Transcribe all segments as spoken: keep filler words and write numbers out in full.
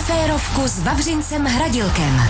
Férovku s Vavřincem Hradilkem.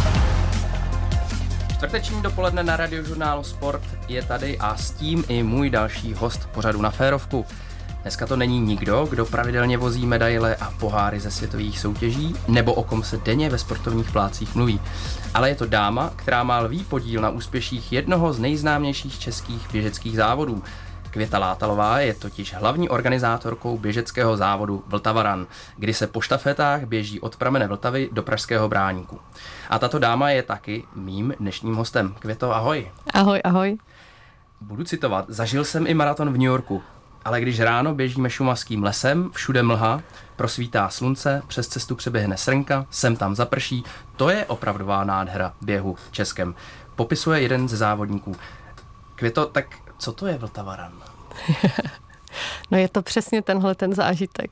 Čtvrteční dopoledne na Radiožurnálu Sport je tady a s tím i můj další host pořadu Na férovku. Dneska to není nikdo, kdo pravidelně vozí medaile a poháry ze světových soutěží, nebo o kom se denně ve sportovních plácích mluví. Ale je to dáma, která má lví podíl na úspěších jednoho z nejznámějších českých běžeckých závodů. Květa Látalová je totiž hlavní organizátorkou běžeckého závodu Vltava Run, kdy se po štafetách běží od pramene Vltavy do Pražského Bráníku. A tato dáma je taky mým dnešním hostem. Květo, ahoj. Ahoj, ahoj. Budu citovat, zažil jsem i maraton v New Yorku, ale když ráno běžíme šumavským lesem, všude mlha, prosvítá slunce, přes cestu přeběhne srnka, sem tam zaprší, to je opravdová nádhera běhu v Českém. Popisuje jeden ze závodníků. Květo, tak co to je Vltava Run? No je to přesně tenhle ten zážitek.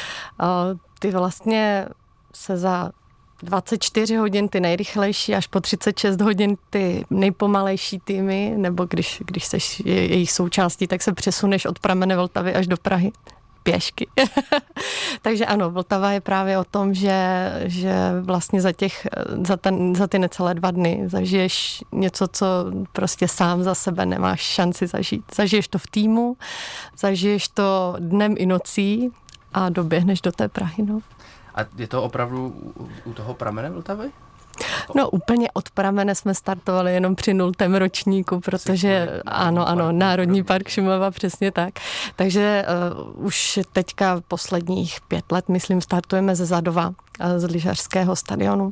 Ty vlastně se za dvacet čtyři hodin ty nejrychlejší až po třicet šest hodin ty nejpomalejší týmy, nebo když, když seš jejich součástí, tak se přesuneš od pramene Vltavy až do Prahy pěšky. Takže ano, Vltava je právě o tom, že, že vlastně za, těch, za, ten, za ty necelé dva dny zažiješ něco, co prostě sám za sebe nemáš šanci zažít. Zažiješ to v týmu, zažiješ to dnem i nocí a doběhneš do té Prahy. No. A je to opravdu u toho pramene Vltavy? No úplně od pramene jsme startovali jenom při nultém ročníku, protože ano, ano, Národní park Šumava, přesně tak. Takže uh, už teďka posledních pět let, myslím, startujeme ze Zadova, z lyžařského stadionu.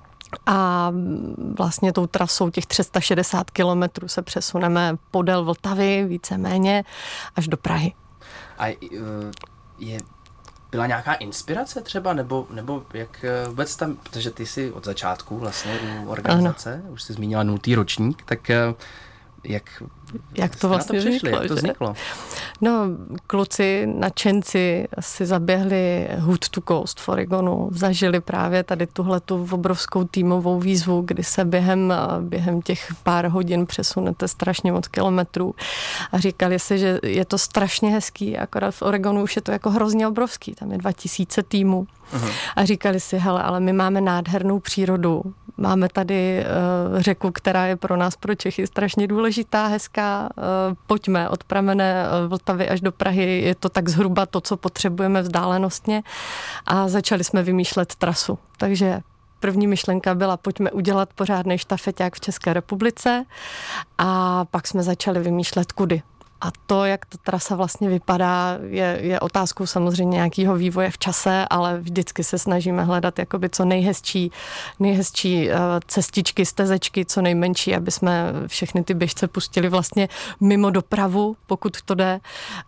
A vlastně tou trasou těch tři sta šedesát kilometrů se přesuneme podél Vltavy, víceméně, až do Prahy. A uh, je... Byla nějaká inspirace třeba, nebo, nebo jak vůbec tam, protože ty jsi od začátku vlastně u organizace, ano. Už jsi zmínila nultý ročník, tak jak, jak to vlastně na to přišli, vzniklo, jak to vzniklo? No, kluci, nadšenci si zaběhli Hood to Coast v Oregonu, zažili právě tady tuhletu obrovskou týmovou výzvu, kdy se během, během těch pár hodin přesunete strašně moc kilometrů a říkali si, že je to strašně hezký, akorát v Oregonu už je to jako hrozně obrovský, tam je dva tisíce týmů. Uhum. A říkali si, hele, ale my máme nádhernou přírodu, máme tady uh, řeku, která je pro nás, pro Čechy, strašně důležitá, hezká, uh, pojďme od pramene Vltavy až do Prahy, je to tak zhruba to, co potřebujeme vzdálenostně a začali jsme vymýšlet trasu. Takže první myšlenka byla, pojďme udělat pořádný štafeťák v České republice a pak jsme začali vymýšlet kudy. A to, jak ta trasa vlastně vypadá, je, je otázkou samozřejmě nějakého vývoje v čase, ale vždycky se snažíme hledat jakoby co nejhezčí, nejhezčí cestičky, stezečky, co nejmenší, aby jsme všechny ty běžce pustili vlastně mimo dopravu, pokud to jde,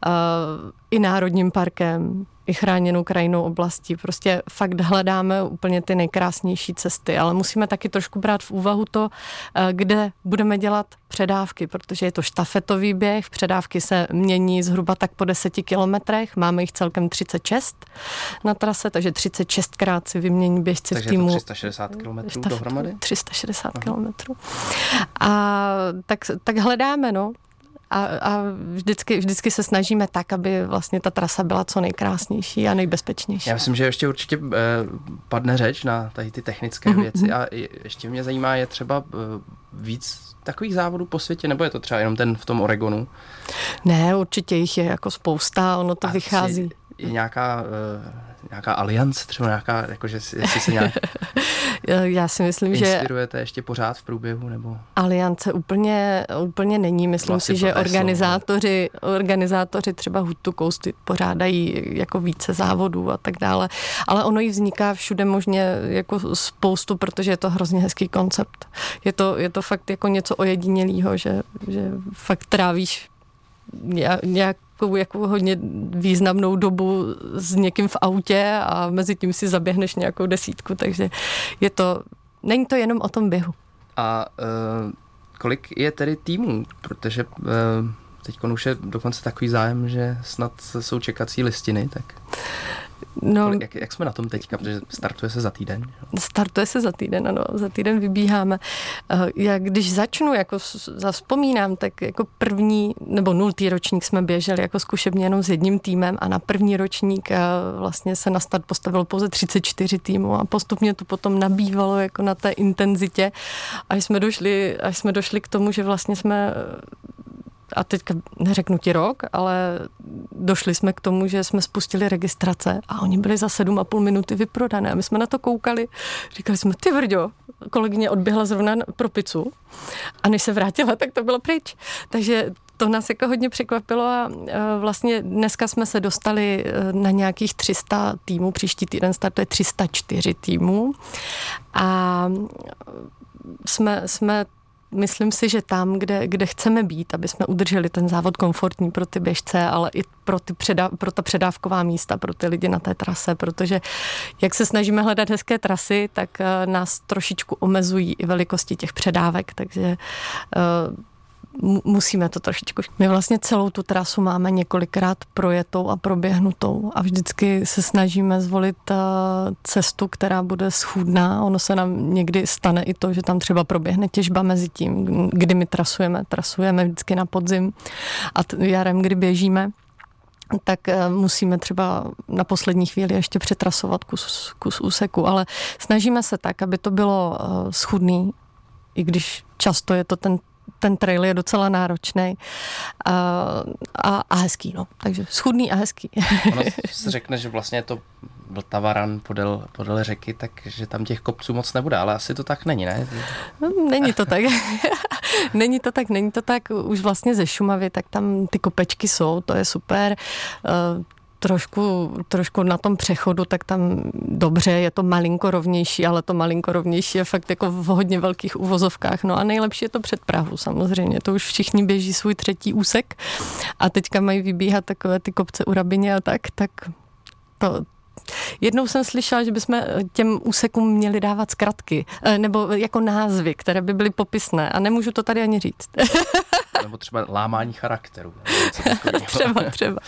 i národním parkem, i chráněnou krajinou oblastí. Prostě fakt hledáme úplně ty nejkrásnější cesty, ale musíme taky trošku brát v úvahu to, kde budeme dělat předávky, protože je to štafetový běh, předávky se mění zhruba tak po deseti kilometrech, máme jich celkem třicet šest na trase, takže třicet šestkrát si vymění běžci takže v týmu. Takže tři sta šedesát kilometrů dohromady? tři sta šedesát kilometrů. A tak, tak hledáme, no. A, a vždycky, vždycky se snažíme tak, aby vlastně ta trasa byla co nejkrásnější a nejbezpečnější. Já myslím, že ještě určitě eh, padne řeč na tady ty technické mm-hmm. věci a ještě mě zajímá, je třeba eh, víc takových závodů po světě, nebo je to třeba jenom ten v tom Oregonu? Ne, určitě jich je jako spousta, ono to a vychází. Je, je nějaká... Eh, nějaká aliance, třeba nějaká, jakože jestli se nějak já si myslím, inspirujete že inspirujete ještě pořád v průběhu, nebo? Aliance úplně, úplně není. Myslím vlastně si, že organizátoři, organizátoři třeba Hood to Coast pořádají jako více závodů a tak dále, ale ono jí vzniká všude možně jako spoustu, protože je to hrozně hezký koncept. Je to, je to fakt jako něco ojedinělýho, že, že fakt trávíš nějak jako hodně významnou dobu s někým v autě a mezi tím si zaběhneš nějakou desítku, takže je to, není to jenom o tom běhu. A uh, kolik je tedy týmů? Protože uh, teď už je dokonce takový zájem, že snad jsou čekací listiny, tak... No, jak, jak jsme na tom teďka, protože startuje se za týden? Startuje se za týden, ano, za týden vybíháme. Já když začnu, jako zavzpomínám, tak jako první nebo nultý ročník jsme běželi jako zkušebně jenom s jedním týmem a na první ročník vlastně se na start postavilo pouze třicet čtyři týmů a postupně to potom nabývalo jako na té intenzitě, až jsme došli, až jsme došli k tomu, že vlastně jsme, a teďka neřeknu ti rok, ale došli jsme k tomu, že jsme spustili registrace a oni byli za sedm a půl minuty vyprodané. A my jsme na to koukali, říkali jsme, ty vrďo, kolegyně odběhla zrovna pro pizzu a než se vrátila, tak to bylo pryč. Takže to nás jako hodně překvapilo a vlastně dneska jsme se dostali na nějakých tři sta týmů, příští týden startuje tři sta čtyři týmů a jsme, jsme myslím si, že tam, kde, kde chceme být, aby jsme udrželi ten závod komfortní pro ty běžce, ale i pro, ty předá, pro ta předávková místa, pro ty lidi na té trase, protože jak se snažíme hledat hezké trasy, tak nás trošičku omezují i velikosti těch předávek, takže musíme to trošičku. My vlastně celou tu trasu máme několikrát projetou a proběhnutou a vždycky se snažíme zvolit cestu, která bude schůdná. Ono se nám někdy stane i to, že tam třeba proběhne těžba mezi tím, kdy my trasujeme. Trasujeme vždycky na podzim a jarem, kdy běžíme, tak musíme třeba na poslední chvíli ještě přetrasovat kus, kus úseku, ale snažíme se tak, aby to bylo schůdný, i když často je to ten ten trail je docela náročný a, a, a hezký, no. Takže schudný a hezký. Ono se řekne, že vlastně je to Vltava run podél, podél řeky, takže tam těch kopců moc nebude, ale asi to tak není, ne? No, není to tak. Není to tak, není to tak. Už vlastně ze Šumavy, tak tam ty kopečky jsou, to je super. Uh, Trošku, trošku na tom přechodu, tak tam dobře, je to malinko rovnější, ale to malinko rovnější je fakt jako v hodně velkých uvozovkách. No a nejlepší je to před Prahu samozřejmě. To už všichni běží svůj třetí úsek a teďka mají vybíhat takové ty kopce u Rabyně a tak, tak to... Jednou jsem slyšela, že bychom těm úsekům měli dávat zkratky, nebo jako názvy, které by byly popisné a nemůžu to tady ani říct. Nebo třeba lámání charakteru. třeba, třeba.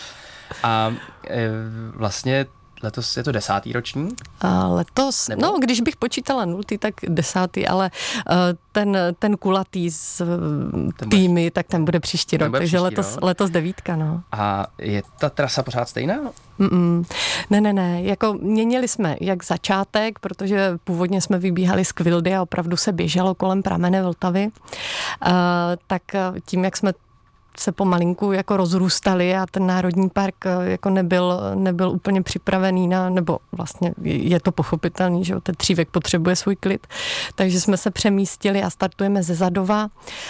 A e, vlastně letos je to desátý ročník? A letos, nebo? No, když bych počítala nultý, tak desátý, ale uh, ten, ten kulatý z ten týmy, bude, tak ten bude příští rok, bude takže příští letos, rok. letos devítka, no. A je ta trasa pořád stejná? Mm-mm. Ne, ne, ne, jako měnili jsme jak začátek, protože původně jsme vybíhali z Kvildy a opravdu se běželo kolem pramene Vltavy, uh, tak tím, jak jsme se pomalinku jako rozrůstali a ten národní park jako nebyl, nebyl úplně připravený na, nebo vlastně je to pochopitelný, že ten Třívek potřebuje svůj klid, takže jsme se přemístili a startujeme ze Zadova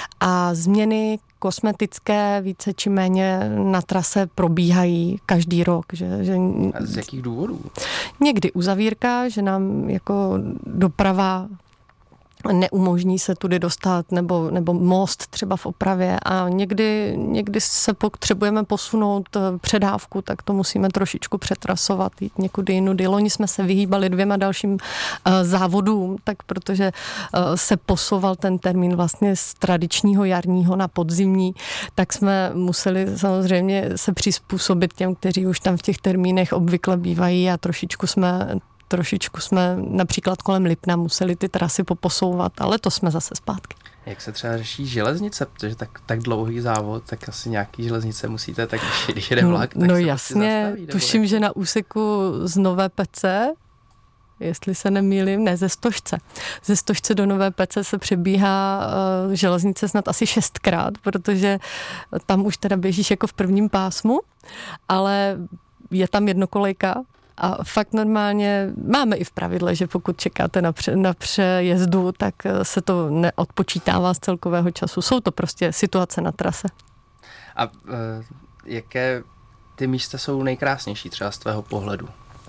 a změny kosmetické více či méně na trase probíhají každý rok. Že, že a z jakých důvodů? Někdy uzavírka, že nám jako doprava neumožní se tudy dostat, nebo, nebo most třeba v opravě a někdy, někdy se potřebujeme posunout předávku, tak to musíme trošičku přetrasovat, jít někudy jinudy. Loni jsme se vyhýbali dvěma dalším uh, závodům, tak protože uh, se posouval ten termín vlastně z tradičního jarního na podzimní, tak jsme museli samozřejmě se přizpůsobit těm, kteří už tam v těch termínech obvykle bývají a trošičku jsme Trošičku jsme například kolem Lipna museli ty trasy poposouvat, ale to jsme zase zpátky. Jak se třeba řeší železnice, protože tak, tak dlouhý závod, tak asi nějaký železnice musíte, tak když jede vlak, tak no se jasně, zastaví, tuším, že na úseku z Nové Pece, jestli se nemýlím, ne, ze Stožce. Ze Stožce do Nové Pece se přebíhá uh, železnice snad asi šestkrát, protože tam už teda běžíš jako v prvním pásmu, ale je tam jednokolejka. A fakt normálně máme i v pravidle, že pokud čekáte na, pře, na přejezdu, tak se to neodpočítává z celkového času. Jsou to prostě situace na trase. A e, jaké ty místa jsou nejkrásnější třeba z tvého pohledu?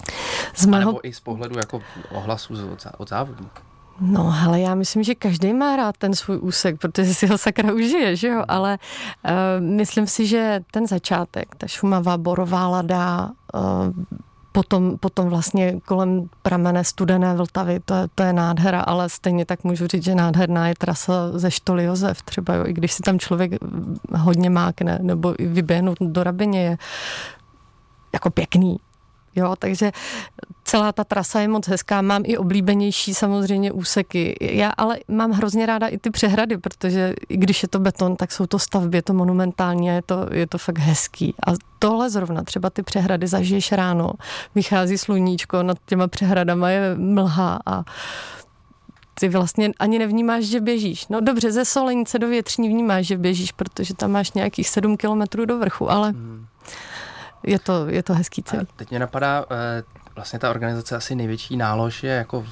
Z mého... A nebo i z pohledu jako ohlasu od, od závodníků? No, hele, já myslím, že každý má rád ten svůj úsek, protože si ho sakra užije, že jo, ale uh, myslím si, že ten začátek, ta Šumava, Borová Lada, uh, Potom, potom vlastně kolem pramene Studené Vltavy, to je, to je nádhera, ale stejně tak můžu říct, že nádherná je trasa ze Štoly Josef třeba, jo, i když si tam člověk hodně mákne, nebo i vyběhnout do Rabyně je jako pěkný. Jo, takže celá ta trasa je moc hezká, mám i oblíbenější samozřejmě úseky. Já ale mám hrozně ráda i ty přehrady, protože i když je to beton, tak jsou to stavby, je to monumentální a je to, je to fakt hezký. A tohle zrovna, třeba ty přehrady zažiješ ráno, vychází sluníčko, nad těma přehradama je mlha a ty vlastně ani nevnímáš, že běžíš. No dobře, ze Solenice do Větřní vnímáš, že běžíš, protože tam máš nějakých sedm kilometrů do vrchu, ale hmm. je, to, je to hezký celý. A teď mě napadá, vlastně ta organizace asi největší nálož je jako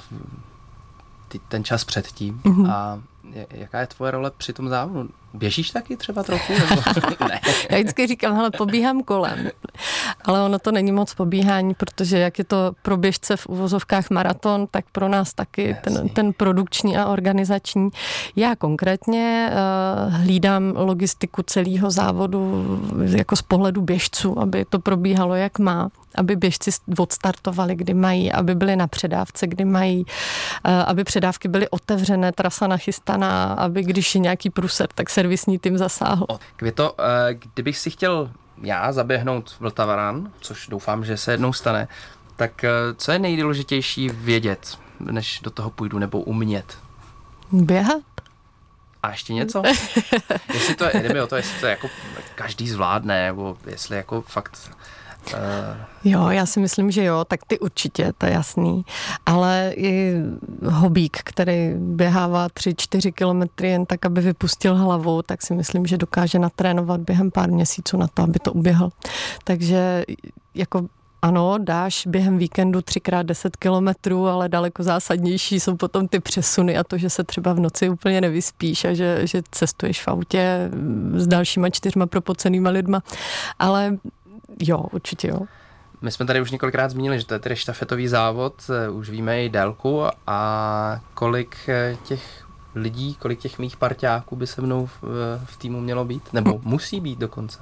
ty, ten čas předtím. Mm-hmm. A jaká je tvoje role při tom závodu? Běžíš taky třeba trochu? Nebo? Ne. Já vždycky říkám, hele, pobíhám kolem. Ale ono to není moc pobíhání, protože jak je to pro běžce v uvozovkách maraton, tak pro nás taky ten, ten produkční a organizační. Já konkrétně uh, hlídám logistiku celého závodu jako z pohledu běžců, aby to probíhalo jak má, aby běžci odstartovali, kdy mají, aby byli na předávce, kdy mají, uh, aby předávky byly otevřené, trasa nachystaná, aby když je nějaký průser, tak servisní tým zasáhl. Květo, uh, kdybych si chtěl já zaběhnout Vltava Run, což doufám, že se jednou stane, tak co je nejdůležitější vědět, než do toho půjdu, nebo umět? Běhat. A ještě něco? Jestli to je, jde o to, jestli to jako každý zvládne, nebo jestli jako fakt... Uh... Jo, já si myslím, že jo, tak ty určitě, to je jasný. Ale i hobík, který běhává tři čtyři kilometry jen tak, aby vypustil hlavu, tak si myslím, že dokáže natrénovat během pár měsíců na to, aby to uběhl. Takže jako ano, dáš během víkendu třikrát deset kilometrů, ale daleko zásadnější jsou potom ty přesuny a to, že se třeba v noci úplně nevyspíš a že, že cestuješ v autě s dalšíma čtyřma propocenýma lidma. Ale jo, určitě jo. My jsme tady už několikrát zmínili, že to je tedy štafetový závod, už víme i délku a kolik těch lidí, kolik těch mých parťáků by se mnou v, v týmu mělo být? Nebo musí být dokonce?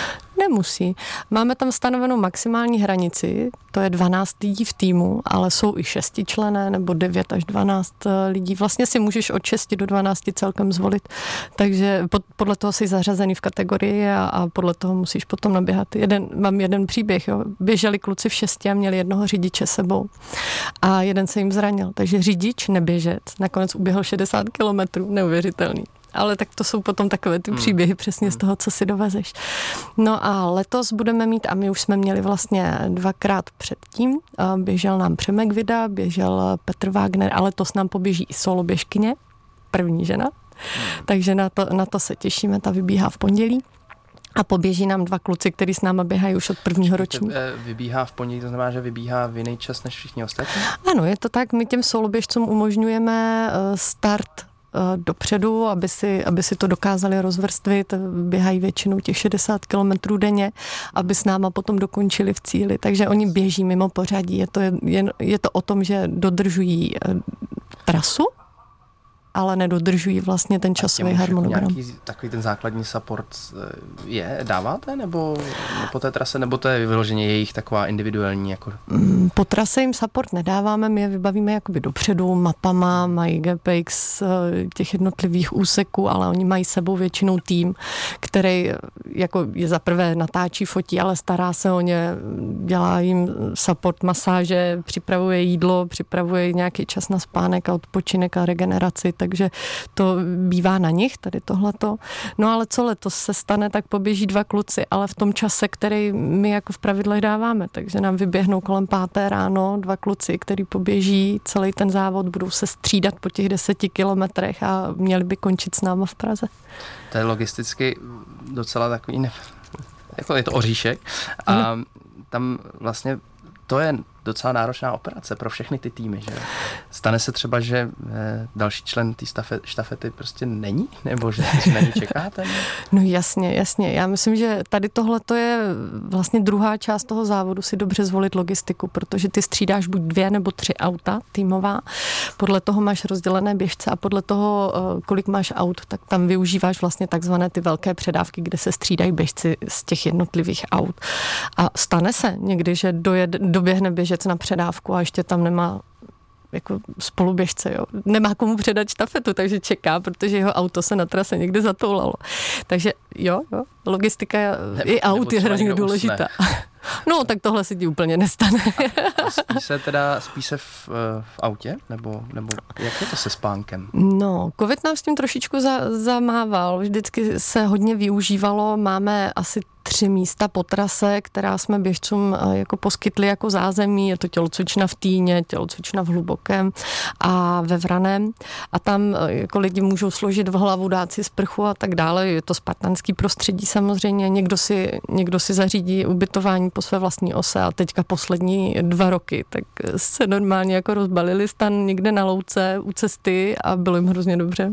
Nemusí. Máme tam stanovenou maximální hranici, to je dvanáct lidí v týmu, ale jsou i šestičlenné nebo devět až dvanáct lidí. Vlastně si můžeš od šesti do dvanácti celkem zvolit, takže pod, podle toho jsi zařazený v kategorii a, a podle toho musíš potom naběhat. Jeden, mám jeden příběh, jo. Běželi kluci v šesti a měli jednoho řidiče sebou a jeden se jim zranil, takže řidič, neběžec, nakonec uběhl šedesát kilometrů, neuvěřitelný. Ale tak to jsou potom takové ty příběhy přesně z toho, co si dovezeš. No a letos budeme mít, a my už jsme měli vlastně dvakrát předtím, běžel nám Přemek Vida, běžel Petr Wagner, ale letos nám poběží i solo běžkyně, první žena, takže na to, na to se těšíme, ta vybíhá v pondělí. A poběží nám dva kluci, kteří s náma běhají už od prvního ročníku. Vybíhá v pondělí, to znamená, že vybíhá v jiný čas než všichni ostatní? Ano, je to tak, my těm soloběžcům umožňujeme start dopředu, aby si, aby si to dokázali rozvrstvit, běhají většinou těch šedesát kilometrů denně, aby s náma potom dokončili v cíli. Takže oni běží mimo pořadí. Je to, je, je to o tom, že dodržují trasu, ale nedodržují vlastně ten časový harmonogram. Nějaký takový ten základní support je, dáváte, nebo po té trase, nebo to je vyloženě jejich taková individuální? Jako... Po trase jim support nedáváme, my je vybavíme jakoby dopředu mapama, mají G P X těch jednotlivých úseků, ale oni mají sebou většinou tým, který jako je zaprvé natáčí, fotí, ale stará se o ně, dělá jim support, masáže, připravuje jídlo, připravuje nějaký čas na spánek a odpočinek a regeneraci, takže to bývá na nich, tady tohleto. No ale co letos se stane, tak poběží dva kluci, ale v tom čase, který my jako v pravidlech dáváme, takže nám vyběhnou kolem páté ráno dva kluci, který poběží celý ten závod, budou se střídat po těch deseti kilometrech a měli by končit s náma v Praze. To je logisticky docela takový, ne, jako je to oříšek a ano. Tam vlastně to je docela náročná operace pro všechny ty týmy, že? Stane se třeba, že eh, další člen té štafety prostě není? Nebo že si na ní čekáte? Ne? No jasně, jasně. Já myslím, že tady tohle to je vlastně druhá část toho závodu, si dobře zvolit logistiku, protože ty střídáš buď dvě nebo tři auta týmová. Podle toho máš rozdělené běžce a podle toho, kolik máš aut, tak tam využíváš vlastně takzvané ty velké předávky, kde se střídají běžci z těch jednotlivých aut. A stane se někdy, že dojed, doběhne běžec na předávku a ještě tam nemá jako spoluběžce, jo. Nemá komu předat štafetu, takže čeká, protože jeho auto se na trase někde zatoulalo. Takže jo, jo logistika i aut je hrozně důležitá. No, tak tohle se ti úplně nestane. A, a spí se teda, spí se v, v autě? Nebo, nebo jak je to se spánkem? No, covid nám s tím trošičku za, zamával. Vždycky se hodně využívalo. Máme asi tři místa po trase, která jsme běžcům jako poskytli jako zázemí. Je to tělocvična v Týně, tělocvična v Hlubokém a ve Vraném. A tam jako lidi můžou složit v hlavu, dát si sprchu a tak dále. Je to spartanský prostředí samozřejmě. Někdo si, někdo si zařídí ubytování po své vlastní ose a teďka poslední dva roky, tak se normálně jako rozbalili stan někde na louce u cesty a bylo jim hrozně dobře.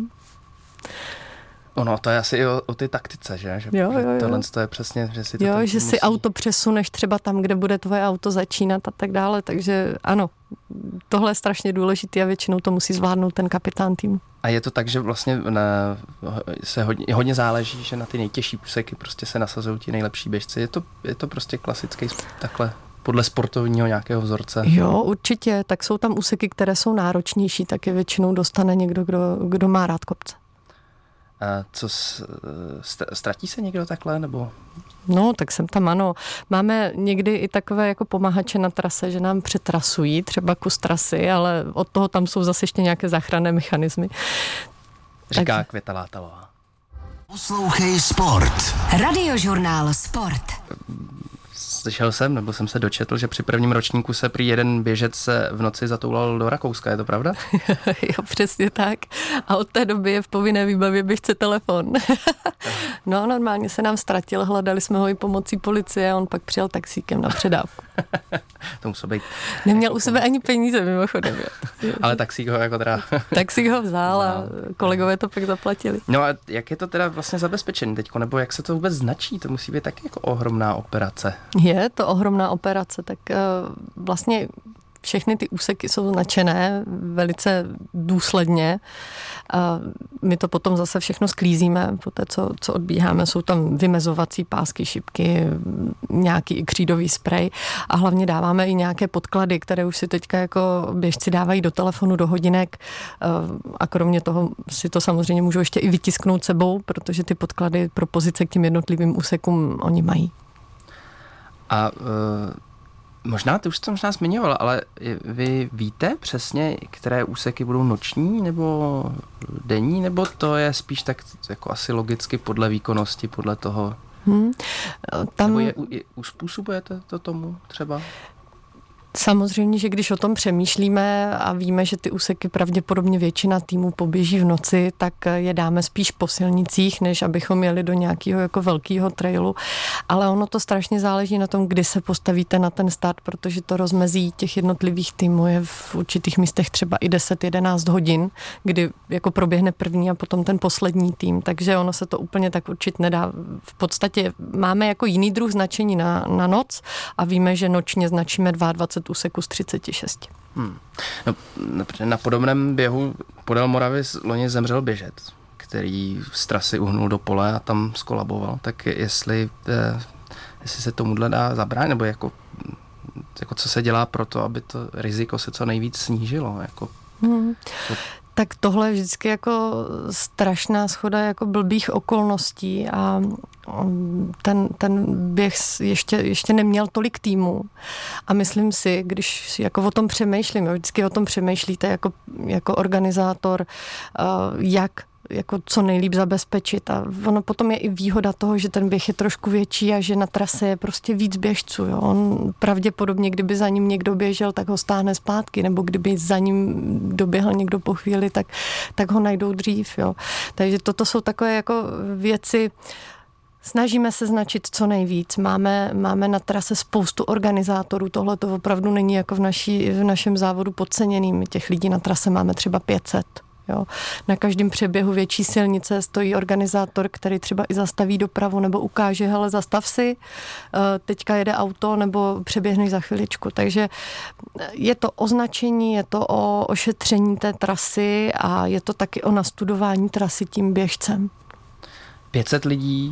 Ono, to je asi i o, o ty taktice, že? že jo, jo, jo. Tohle to je přesně, že si to Jo, že musí... si auto přesuneš třeba tam, kde bude tvoje auto začínat a tak dále, takže ano, tohle je strašně důležité a většinou to musí zvládnout ten kapitán týmu. A je to tak, že vlastně na, se hodně, hodně záleží, že na ty nejtěžší úseky prostě se nasazují ti nejlepší běžci. Je to, je to prostě klasický takhle podle sportovního nějakého vzorce? Jo, určitě. Tak jsou tam úseky, které jsou náročnější, tak je většinou dostane někdo, kdo, kdo má rád kopce. A co, ztratí se někdo takhle, nebo? No, tak jsem tam, ano. Máme někdy i takové jako pomahače na trase, že nám přetrasují třeba kus trasy, ale od toho tam jsou zase ještě nějaké záchranné mechanismy. Říká tak... Květa Látalová. Poslouchej Sport. Radiožurnál Sport. Slyšel jsem, nebo jsem se dočetl, že při prvním ročníku se prý jeden běžec v noci zatoulal do Rakouska, je to pravda? Jo, přesně tak. A od té doby je v povinné výbavě běžce telefon. No, normálně se nám ztratil, hledali jsme ho i pomocí policie a on pak přijel taxíkem na předávku. To muselo být. Neměl u sebe ani peníze, mimochodem. Ale taxík ho jako teda... Taxík ho vzal a kolegové to pak zaplatili. No a jak je to teda vlastně zabezpečený teďko, nebo jak se to vůbec značí? To musí být taky jako ohromná operace. Je to ohromná operace, tak uh, vlastně všechny ty úseky jsou značené velice důsledně. A my to potom zase všechno sklízíme, po té, co, co odbíháme. Jsou tam vymezovací pásky, šipky, nějaký i křídový sprej a hlavně dáváme i nějaké podklady, které už si teďka jako běžci dávají do telefonu, do hodinek a kromě toho si to samozřejmě můžou ještě i vytisknout sebou, protože ty podklady pro pozice k těm jednotlivým úsekům oni mají. A uh, možná, ty už jsi to možná zmiňovala, ale vy víte přesně, které úseky budou noční nebo denní, nebo to je spíš tak jako asi logicky podle výkonnosti, podle toho? Hmm. Tam... Nebo je, je, uspůsobujete to tomu třeba? Samozřejmě, že když o tom přemýšlíme a víme, že ty úseky pravděpodobně většina týmů poběží v noci, tak je dáme spíš po silnicích, než abychom jeli do nějakého jako velkého trailu. Ale ono to strašně záleží na tom, kdy se postavíte na ten start, protože to rozmezí těch jednotlivých týmů je v určitých místech třeba i deset jedenáct hodin, kdy jako proběhne první a potom ten poslední tým. Takže ono se to úplně tak určit nedá. V podstatě máme jako jiný druh značení na, na noc a víme, že nočně značíme dvacet dva úseků z třicet šest. Hmm. No, na podobném běhu podél Moravy loni zemřel běžec, který z trasy uhnul do pole a tam skolaboval. Tak jestli, eh, jestli se tomuhle dá zabránit, nebo jako, jako co se dělá pro to, aby to riziko se co nejvíc snížilo? Jako, hmm. to... Tak tohle je vždycky jako strašná shoda jako blbých okolností a ten, ten běh ještě, ještě neměl tolik týmů a myslím si, když jako o tom přemýšlím, vždycky o tom přemýšlíte jako, jako organizátor, jak jako co nejlíp zabezpečit a ono potom je i výhoda toho, že ten běh je trošku větší a že na trase je prostě víc běžců. Jo. On pravděpodobně, kdyby za ním někdo běžel, tak ho stáhne zpátky, nebo kdyby za ním doběhl někdo po chvíli, tak, tak ho najdou dřív. Jo. Takže toto jsou takové jako věci. Snažíme se značit co nejvíc. Máme, máme na trase spoustu organizátorů. Tohle to opravdu není jako v, naší, v našem závodu podceněným. Těch lidí na trase máme třeba pět set. Jo. Na každém přeběhu větší silnice stojí organizátor, který třeba i zastaví dopravu nebo ukáže, hele, zastav si, teďka jede auto nebo přeběhneš za chviličku. Takže je to označení, je to o ošetření té trasy a je to taky o nastudování trasy tím běžcem. pět set lidí,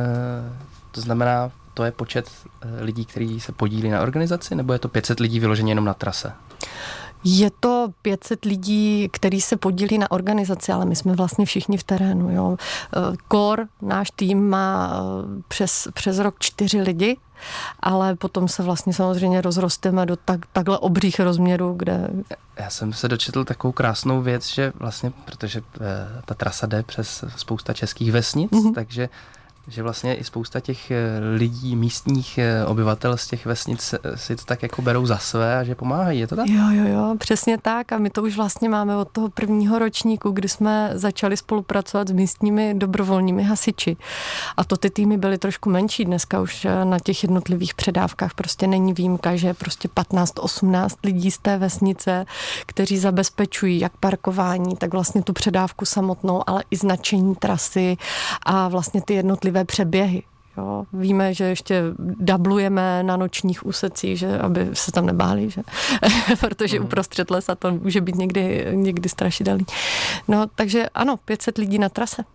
to znamená, to je počet lidí, kteří se podílí na organizaci, nebo je to pět set lidí vyloženě jenom na trase? Je to pět set lidí, který se podílí na organizaci, ale my jsme vlastně všichni v terénu. Jo. Core, náš tým má přes, přes rok čtyři lidi, ale potom se vlastně samozřejmě rozrosteme do tak, takhle obřích rozměrů, kde... Já jsem se dočetl takovou krásnou věc, že vlastně, protože ta trasa jde přes spousta českých vesnic, mm-hmm. takže že vlastně i spousta těch lidí, místních obyvatel z těch vesnic si to tak jako berou za své a že pomáhají, je to tak? Jo, jo, jo, přesně tak a my to už vlastně máme od toho prvního ročníku, kdy jsme začali spolupracovat s místními dobrovolními hasiči. A to ty týmy byly trošku menší, dneska už na těch jednotlivých předávkách prostě není výjimka, že je prostě patnáct osmnáct lidí z té vesnice, kteří zabezpečují jak parkování, tak vlastně tu předávku samotnou, ale i značení trasy a vlastně ty jednotlivé přeběhy. Jo. Víme, že ještě dublujeme na nočních úsecích, že aby se tam nebáli, že? Protože mm. uprostřed lesa to může být někdy, někdy strašidelný. No, takže ano, pět set lidí na trase.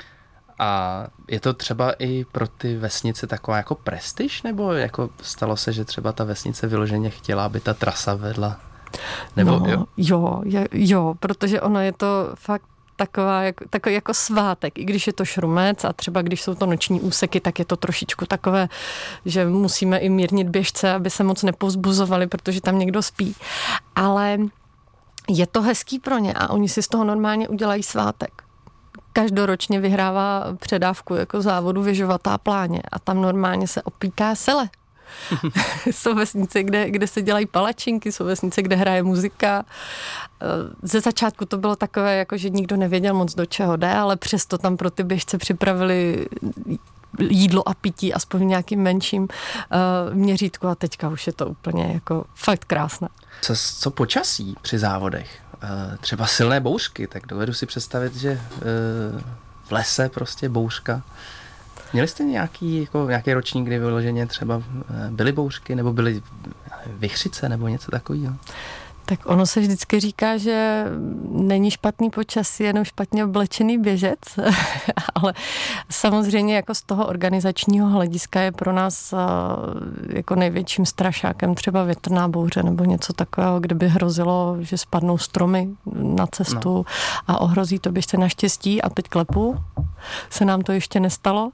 A je to třeba i pro ty vesnice taková jako prestiž, nebo jako stalo se, že třeba ta vesnice vyloženě chtěla, aby ta trasa vedla? Nebo, no, jo, jo, je, jo, protože ono je to fakt Taková, jako, takový jako svátek, i když je to šrumec a třeba když jsou to noční úseky, tak je to trošičku takové, že musíme i mírnit běžce, aby se moc nepozbuzovali, protože tam někdo spí. Ale je to hezký pro ně a oni si z toho normálně udělají svátek. Každoročně vyhrává předávku jako závodu Věžovatá pláně a tam normálně se opíká sele. Jsou vesnice, kde, kde se dělají palačinky, jsou vesnice, kde hraje muzika. Ze začátku to bylo takové, jako že nikdo nevěděl moc, do čeho jde, ale přesto tam pro ty běžce připravili jídlo a pití, aspoň v nějakým menším uh, měřítku a teďka už je to úplně jako fakt krásné. Co, co počasí při závodech? Uh, třeba silné bouřky, tak dovedu si představit, že uh, v lese prostě bouřka. Měli jste nějaký, jako, nějaký ročník, kdy vyloženě třeba byly bouřky, nebo byly vichřice, nebo něco takového? Tak ono se vždycky říká, že není špatný počasí, jenom špatně oblečený běžec, ale samozřejmě jako z toho organizačního hlediska je pro nás jako největším strašákem třeba větrná bouře nebo něco takového, kde by hrozilo, že spadnou stromy na cestu no. a ohrozí to běžce. Naštěstí a teď klepu, se nám to ještě nestalo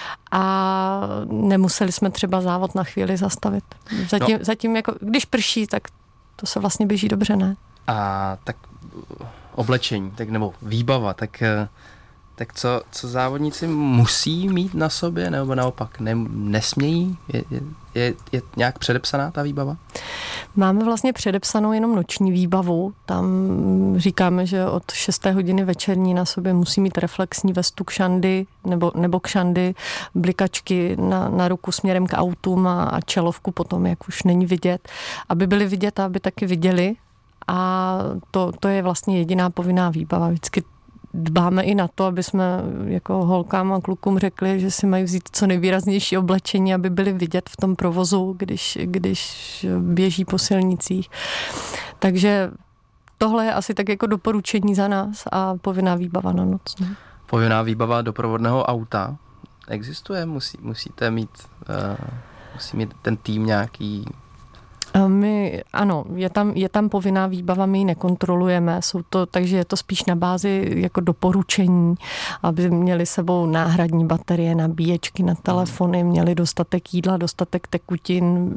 a nemuseli jsme třeba závod na chvíli zastavit. Zatím, no. zatím jako, když prší, tak to se vlastně běží dobře, ne? A tak oblečení, tak nebo výbava, tak, tak co, co závodníci musí mít na sobě, nebo naopak ne, nesmějí? Je, je, je nějak předepsaná ta výbava? Máme vlastně předepsanou jenom noční výbavu. Tam říkáme, že od šesté hodiny večerní na sobě musí mít reflexní vestu kšandy nebo, nebo kšandy, blikačky na, na ruku směrem k autům a, a čelovku potom, jak už není vidět. Aby byli vidět a aby taky viděli. A to, to je vlastně jediná povinná výbava. Vždycky dbáme i na to, aby jsme jako holkám a klukům řekli, že si mají vzít co nejvýraznější oblečení, aby byli vidět v tom provozu, když, když běží po silnicích. Takže tohle je asi tak jako doporučení za nás a povinná výbava na noc. Ne? Povinná výbava doprovodného auta existuje? Musí, musíte mít, uh, musí mít ten tým nějaký... My, ano, je tam, je tam povinná výbava, my ji nekontrolujeme, jsou to, takže je to spíš na bázi jako doporučení, aby měli sebou náhradní baterie, nabíječky na telefony, měli dostatek jídla, dostatek tekutin.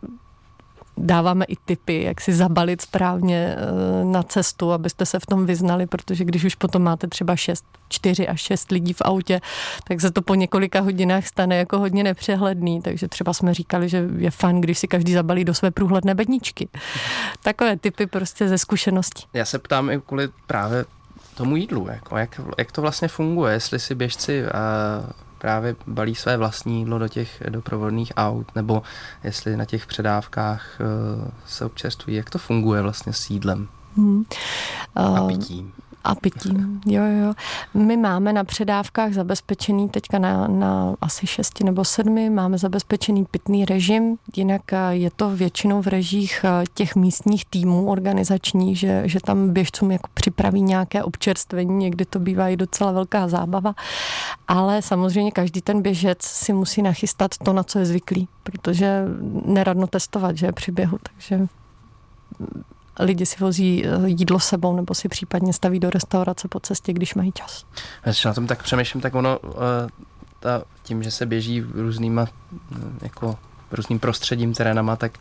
Dáváme i tipy, jak si zabalit správně na cestu, abyste se v tom vyznali, protože když už potom máte třeba šest, čtyři až šest lidí v autě, tak se to po několika hodinách stane jako hodně nepřehledný, takže třeba jsme říkali, že je fajn, když si každý zabalí do své průhledné bedničky. Takové tipy prostě ze zkušeností. Já se ptám i kvůli právě tomu jídlu, jako jak, jak to vlastně funguje, jestli si běžci uh, právě balí své vlastní jídlo do těch doprovodných aut, nebo jestli na těch předávkách uh, se občerstvují. Jak to funguje vlastně s jídlem hmm. uh, a pitím? A pitím, jo, jo. My máme na předávkách zabezpečený teďka na, na asi šesti nebo sedmi, máme zabezpečený pitný režim, jinak je to většinou v režích těch místních týmů organizačních, že, že tam běžcům jako připraví nějaké občerstvení, někdy to bývá i docela velká zábava, ale samozřejmě každý ten běžec si musí nachystat to, na co je zvyklý, protože neradno testovat, že při běhu, takže... lidi si vozí jídlo sebou nebo si případně staví do restaurace po cestě, když mají čas. Když na tom tak přemýšlím, tak ono ta, tím, že se běží různýma jako různým prostředím, terénama, tak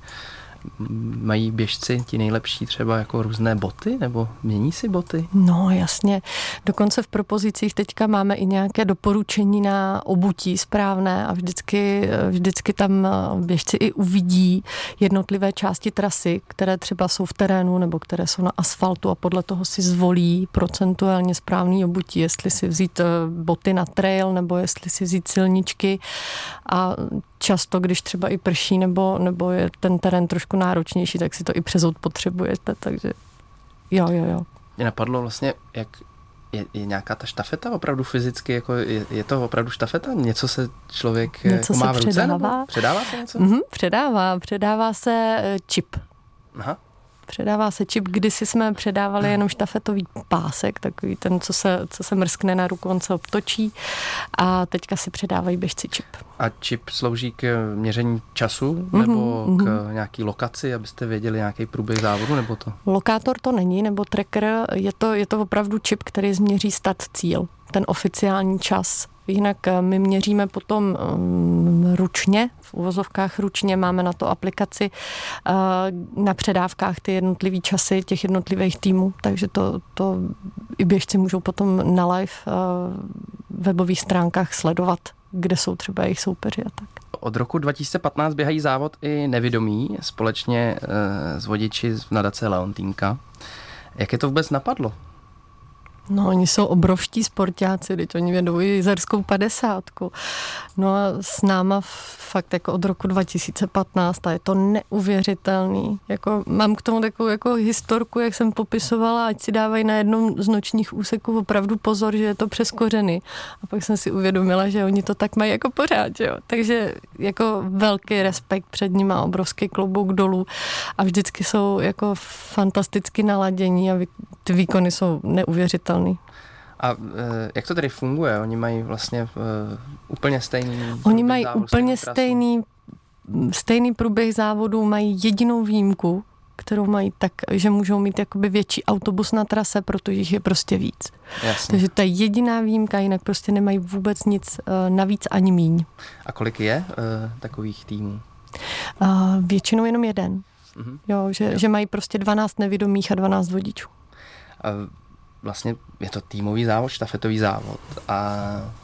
mají běžci ti nejlepší třeba jako různé boty, nebo mění si boty? No jasně. Dokonce v propozicích teďka máme i nějaké doporučení na obutí správné a vždycky, vždycky tam běžci i uvidí jednotlivé části trasy, které třeba jsou v terénu nebo které jsou na asfaltu a podle toho si zvolí procentuálně správný obutí, jestli si vzít boty na trail nebo jestli si vzít silničky a často, když třeba i prší nebo, nebo je ten terén trošku náročnější, tak si to i přezout potřebujete, takže jo, jo, jo. Mě napadlo vlastně, jak je, je nějaká ta štafeta opravdu fyzicky, jako je, je to opravdu štafeta? Něco se člověk něco jako má se v ruce? předává. Nebo předává se něco? Mm-hmm, předává, předává se čip. Aha. Předává se čip, kdysi jsme předávali jenom štafetový pásek, takový ten, co se, co se mrskne na ruku, on se obtočí a teďka si předávají běžci čip. A čip slouží k měření času nebo mm-hmm. k nějaký lokaci, abyste věděli nějaký průběh závodu, nebo to? Lokátor to není, nebo tracker, je to, je to opravdu čip, který změří start cíl, ten oficiální čas. Jinak my měříme potom um, ručně, v uvozovkách ručně, máme na to aplikaci uh, na předávkách ty jednotlivý časy těch jednotlivých týmů, takže to, to i běžci můžou potom na live uh, webových stránkách sledovat, kde jsou třeba jejich soupeři a tak. Od roku dva tisíce patnáct běhají závod i nevidomí společně uh, s vodiči z nadace Leontýnka. Jak je to vůbec napadlo? No, oni jsou obrovští sportáci, teď oni vědou i jizerskou padesátku. No a s náma fakt jako od roku dva tisíce patnáct a je to neuvěřitelný. Jako, mám k tomu takovou jako historku, jak jsem popisovala, ať si dávají na jednom z nočních úseků opravdu pozor, že je to přes kořeny. A pak jsem si uvědomila, že oni to tak mají jako pořád, jo. Takže jako velký respekt před nimi a obrovský klobouk dolů. A vždycky jsou jako fantasticky naladění a ty výkony jsou neuvěřitelné. A e, jak to tedy funguje? Oni mají vlastně e, úplně stejný... Oni mají úplně stejný, stejný průběh závodu, mají jedinou výjimku, kterou mají tak, že můžou mít jakoby větší autobus na trase, protože jich je prostě víc. Jasně. Takže to je jediná výjimka, jinak prostě nemají vůbec nic e, navíc ani míň. A kolik je e, takových týmů? E, většinou jenom jeden. Mhm. Jo, že, jo. že mají prostě dvanáct nevidomých a dvanáct vodičů. A vlastně je to týmový závod, štafetový závod a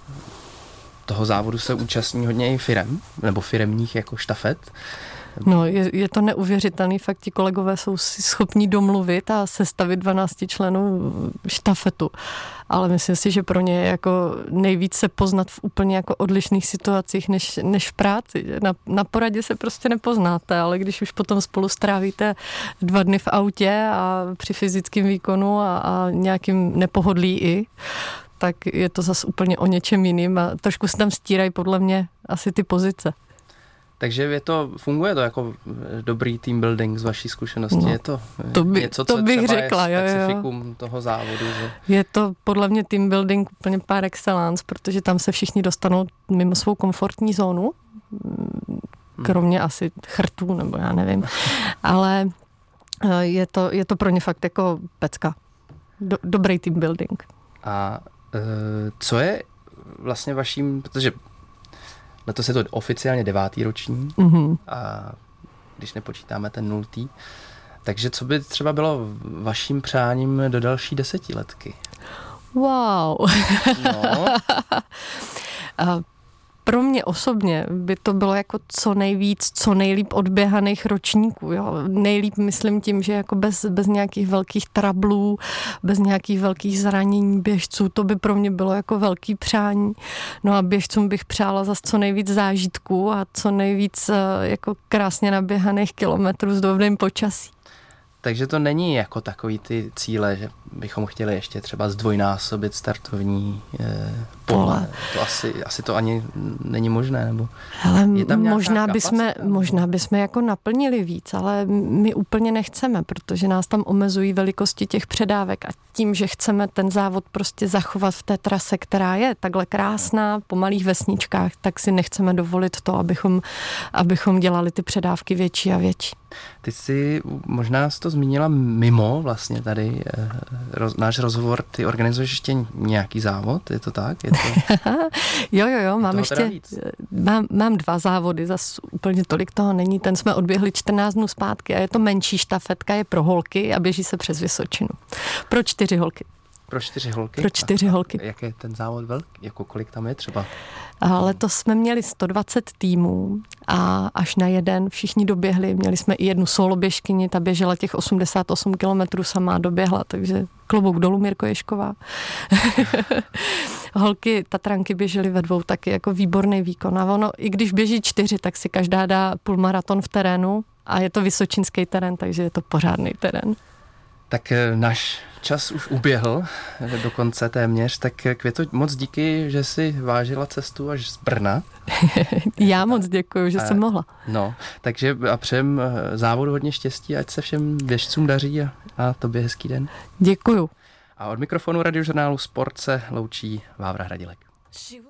toho závodu se účastní hodně i firem, nebo firemních jako štafet. No, je, je to neuvěřitelný, fakt ti kolegové jsou si schopní domluvit a sestavit dvanáct členů štafetu. Ale myslím si, že pro ně je jako nejvíc se poznat v úplně jako odlišných situacích než, než v práci. Na, na poradě se prostě nepoznáte, ale když už potom spolu strávíte dva dny v autě a při fyzickém výkonu a, a nějakým nepohodlí i, tak je to zase úplně o něčem jiným a trošku se tam stírají podle mě asi ty pozice. Takže je to, funguje to jako dobrý team building z vaší zkušenosti? No, je to, to by, něco, to co bych třeba řekla, je specifikum jo, jo. toho závodu? Že? Je to podle mě team building úplně par excellence, protože tam se všichni dostanou mimo svou komfortní zónu, kromě hmm. asi chrtů, nebo já nevím, ale je to, je to pro ně fakt jako pecka. Do, dobrý team building. A e, co je vlastně vaším, protože letos je to oficiálně devátý roční mm-hmm. a když nepočítáme ten nultý, takže co by třeba bylo vaším přáním do další desetiletky? Wow. No. a pro mě osobně by to bylo jako co nejvíc, co nejlíp odběhaných ročníků. Jo. Nejlíp myslím tím, že jako bez, bez nějakých velkých trablů, bez nějakých velkých zranění běžců, to by pro mě bylo jako velký přání. No a běžcům bych přála zase co nejvíc zážitků a co nejvíc jako krásně naběhaných kilometrů s dobrým počasí. Takže to není jako takový ty cíle, že bychom chtěli ještě třeba zdvojnásobit startovní eh, pole. To asi, asi to ani není možné, nebo hele, je tam možná bychom, možná bychom jako naplnili víc, ale my úplně nechceme, protože nás tam omezují velikosti těch předávek a tím, že chceme ten závod prostě zachovat v té trase, která je takhle krásná, po malých vesničkách, tak si nechceme dovolit to, abychom, abychom dělali ty předávky větší a větší. Ty jsi možná jsi to zmínila mimo vlastně tady roz, náš rozhovor, ty organizuješ ještě nějaký závod, je to tak? Je to, jo, jo, jo, mám ještě, mám, mám dva závody, zas úplně tolik toho není, ten jsme odběhli čtrnáct dnů zpátky a je to menší štafetka, je pro holky a běží se přes Vysočinu. Pro čtyři holky. Pro čtyři holky? Pro čtyři a, holky. A jak je ten závod velký? Jako kolik tam je třeba? A letos jsme měli sto dvacet týmů a až na jeden všichni doběhli. Měli jsme i jednu soloběžkyni, ta běžela těch osmdesát osm kilometrů sama doběhla, takže klobouk dolů, Mirko Ježková. Holky Tatranky běžely ve dvou, taky jako výborný výkon. A ono, i když běží čtyři, tak si každá dá půlmaraton v terénu a je to vysočinský terén, takže je to pořádný terén. Tak náš čas už uběhl dokonce téměř, tak Květo, moc díky, že jsi vážila cestu až z Brna. Já moc děkuju, že a, jsem mohla. No, takže a přejem závodu hodně štěstí, ať se všem běžcům daří a, a tobě hezký den. Děkuju. A od mikrofonu Radiožurnálu Sport se loučí Vávra Hradilek.